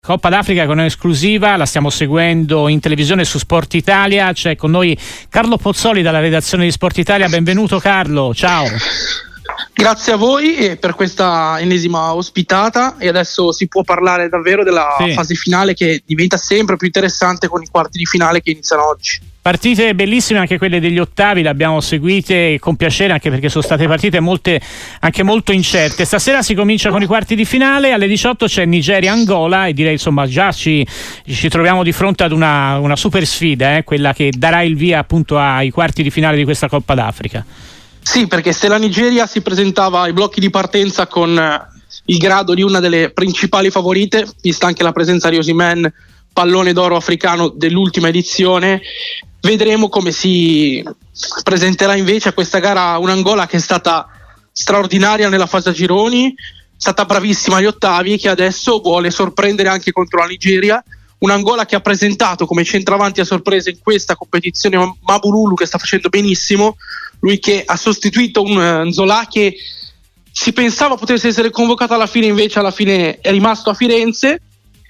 Coppa d'Africa con esclusiva, la stiamo seguendo in televisione su Sport Italia. C'è con noi Carlo Pozzoli dalla redazione di Sport Italia. Benvenuto Carlo, ciao. Grazie a voi per questa ennesima ospitata, e adesso si può parlare davvero della fase finale, che diventa sempre più interessante con i quarti di finale che iniziano oggi. Partite bellissime anche quelle degli ottavi, le abbiamo seguite con piacere, anche perché sono state partite molte anche molto incerte. Stasera si comincia con i quarti di finale, alle 18 c'è Nigeria-Angola e direi insomma già ci troviamo di fronte ad una super sfida, quella che darà il via appunto ai quarti di finale di questa Coppa d'Africa. Sì, perché se la Nigeria si presentava ai blocchi di partenza con il grado di una delle principali favorite, vista anche la presenza di Osimhen, pallone d'oro africano dell'ultima edizione, vedremo come si presenterà invece a questa gara un'Angola che è stata straordinaria nella fase a gironi, è stata bravissima agli ottavi, che adesso vuole sorprendere anche contro la Nigeria. Un'Angola che ha presentato come centravanti a sorpresa in questa competizione Mabululu, che sta facendo benissimo, lui che ha sostituito un Zola che si pensava potesse essere convocato alla fine, invece alla fine è rimasto a Firenze.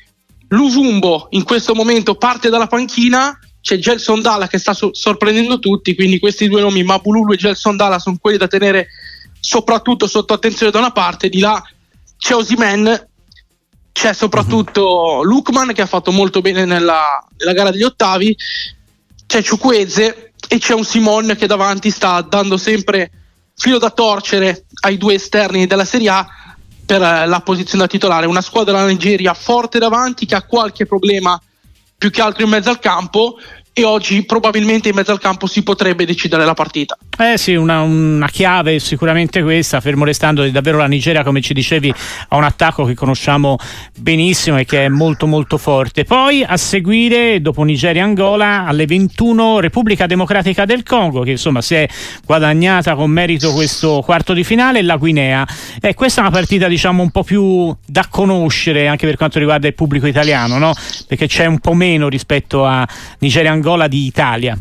Luvumbo in questo momento parte dalla panchina, c'è Gelson Dalla che sta sorprendendo tutti, quindi questi due nomi, Mabululu e Gelson Dalla, sono quelli da tenere soprattutto sotto attenzione da una parte. Di là c'è Osimhen, c'è soprattutto Lookman che ha fatto molto bene nella gara degli ottavi, c'è Chukwueze e c'è un Simon che davanti sta dando sempre filo da torcere ai due esterni della Serie A per la posizione da titolare. Una squadra della Nigeria forte davanti, che ha qualche problema più che altro in mezzo al campo, e oggi probabilmente in mezzo al campo si potrebbe decidere la partita. Sì, una chiave sicuramente questa, fermo restando che davvero la Nigeria, come ci dicevi, ha un attacco che conosciamo benissimo e che è molto molto forte. Poi a seguire, dopo Nigeria-Angola, alle 21 Repubblica Democratica del Congo, che insomma si è guadagnata con merito questo quarto di finale, e la Guinea. Questa è una partita diciamo un po' più da conoscere anche per quanto riguarda il pubblico italiano, no? Perché c'è un po' meno rispetto a Nigeria-Angola di Italia.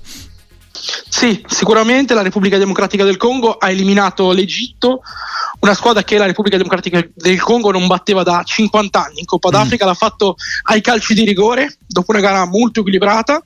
Sì, sicuramente la Repubblica Democratica del Congo ha eliminato l'Egitto, una squadra che la Repubblica Democratica del Congo non batteva da 50 anni in Coppa d'Africa. L'ha fatto ai calci di rigore dopo una gara molto equilibrata,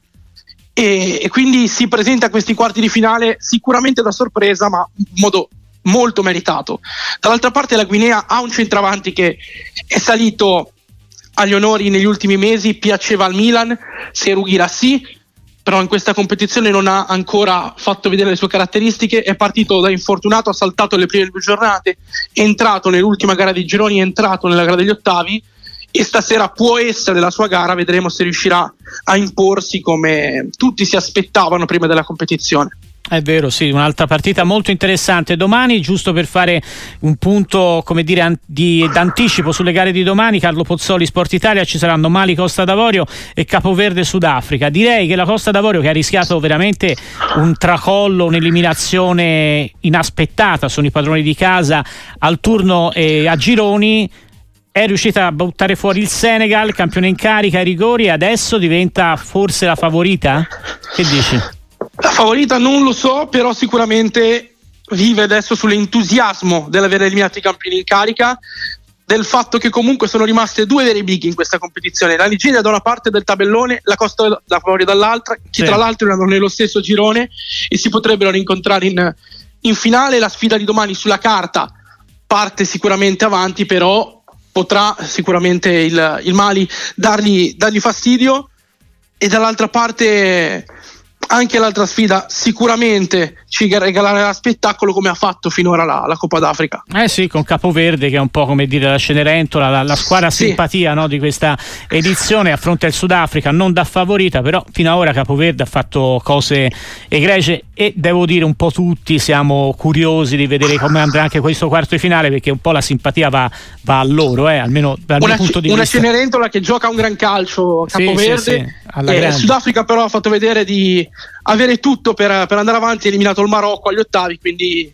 e quindi si presenta a questi quarti di finale sicuramente da sorpresa, ma in modo molto meritato. Dall'altra parte la Guinea ha un centravanti che è salito agli onori negli ultimi mesi, piaceva al Milan, Serhou Guirassy, però in questa competizione non ha ancora fatto vedere le sue caratteristiche. È partito da infortunato, ha saltato le prime 2 giornate, è entrato nell'ultima gara di gironi, è entrato nella gara degli ottavi, e stasera può essere la sua gara. Vedremo se riuscirà a imporsi come tutti si aspettavano prima della competizione. È vero, sì, un'altra partita molto interessante domani. Giusto per fare un punto, come dire, d'anticipo sulle gare di domani, Carlo Pozzoli, Sport Italia, ci saranno Mali Costa d'Avorio e Capoverde Sudafrica. Direi che la Costa d'Avorio, che ha rischiato veramente un tracollo, un'eliminazione inaspettata, sono i padroni di casa al turno a gironi, è riuscita a buttare fuori il Senegal, campione in carica ai rigori, e adesso diventa forse la favorita? Che dici? La favorita non lo so, però sicuramente vive adesso sull'entusiasmo dell'aver eliminato i campioni in carica, del fatto che comunque sono rimaste 2 veri big in questa competizione, la Nigeria da una parte del tabellone, la Costa d'Avorio dall'altra, che tra l'altro erano nello stesso girone e si potrebbero rincontrare in finale. La sfida di domani sulla carta parte sicuramente avanti, però potrà sicuramente il Mali dargli fastidio, e dall'altra parte anche l'altra sfida sicuramente ci regalerà spettacolo, come ha fatto finora la Coppa d'Africa. Sì, con Capoverde che è un po' come dire la Cenerentola, la squadra simpatia, no, di questa edizione, affronta il Sudafrica non da favorita, però fino ad ora Capoverde ha fatto cose egregie, e devo dire un po' tutti siamo curiosi di vedere come andrà anche questo quarto di finale, perché un po' la simpatia va a loro, almeno dal mio punto di vista. Una Cenerentola che gioca un gran calcio, Capoverde. Il Sudafrica però ha fatto vedere di avere tutto per andare avanti, ha eliminato il Marocco agli ottavi, quindi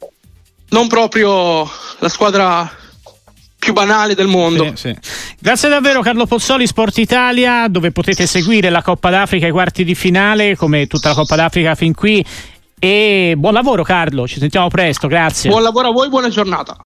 non proprio la squadra più banale del mondo. Sì. Grazie davvero Carlo Pozzoli, Sport Italia, dove potete seguire la Coppa d'Africa ai quarti di finale, come tutta la Coppa d'Africa fin qui, e buon lavoro Carlo, ci sentiamo presto, grazie. Buon lavoro a voi, buona giornata.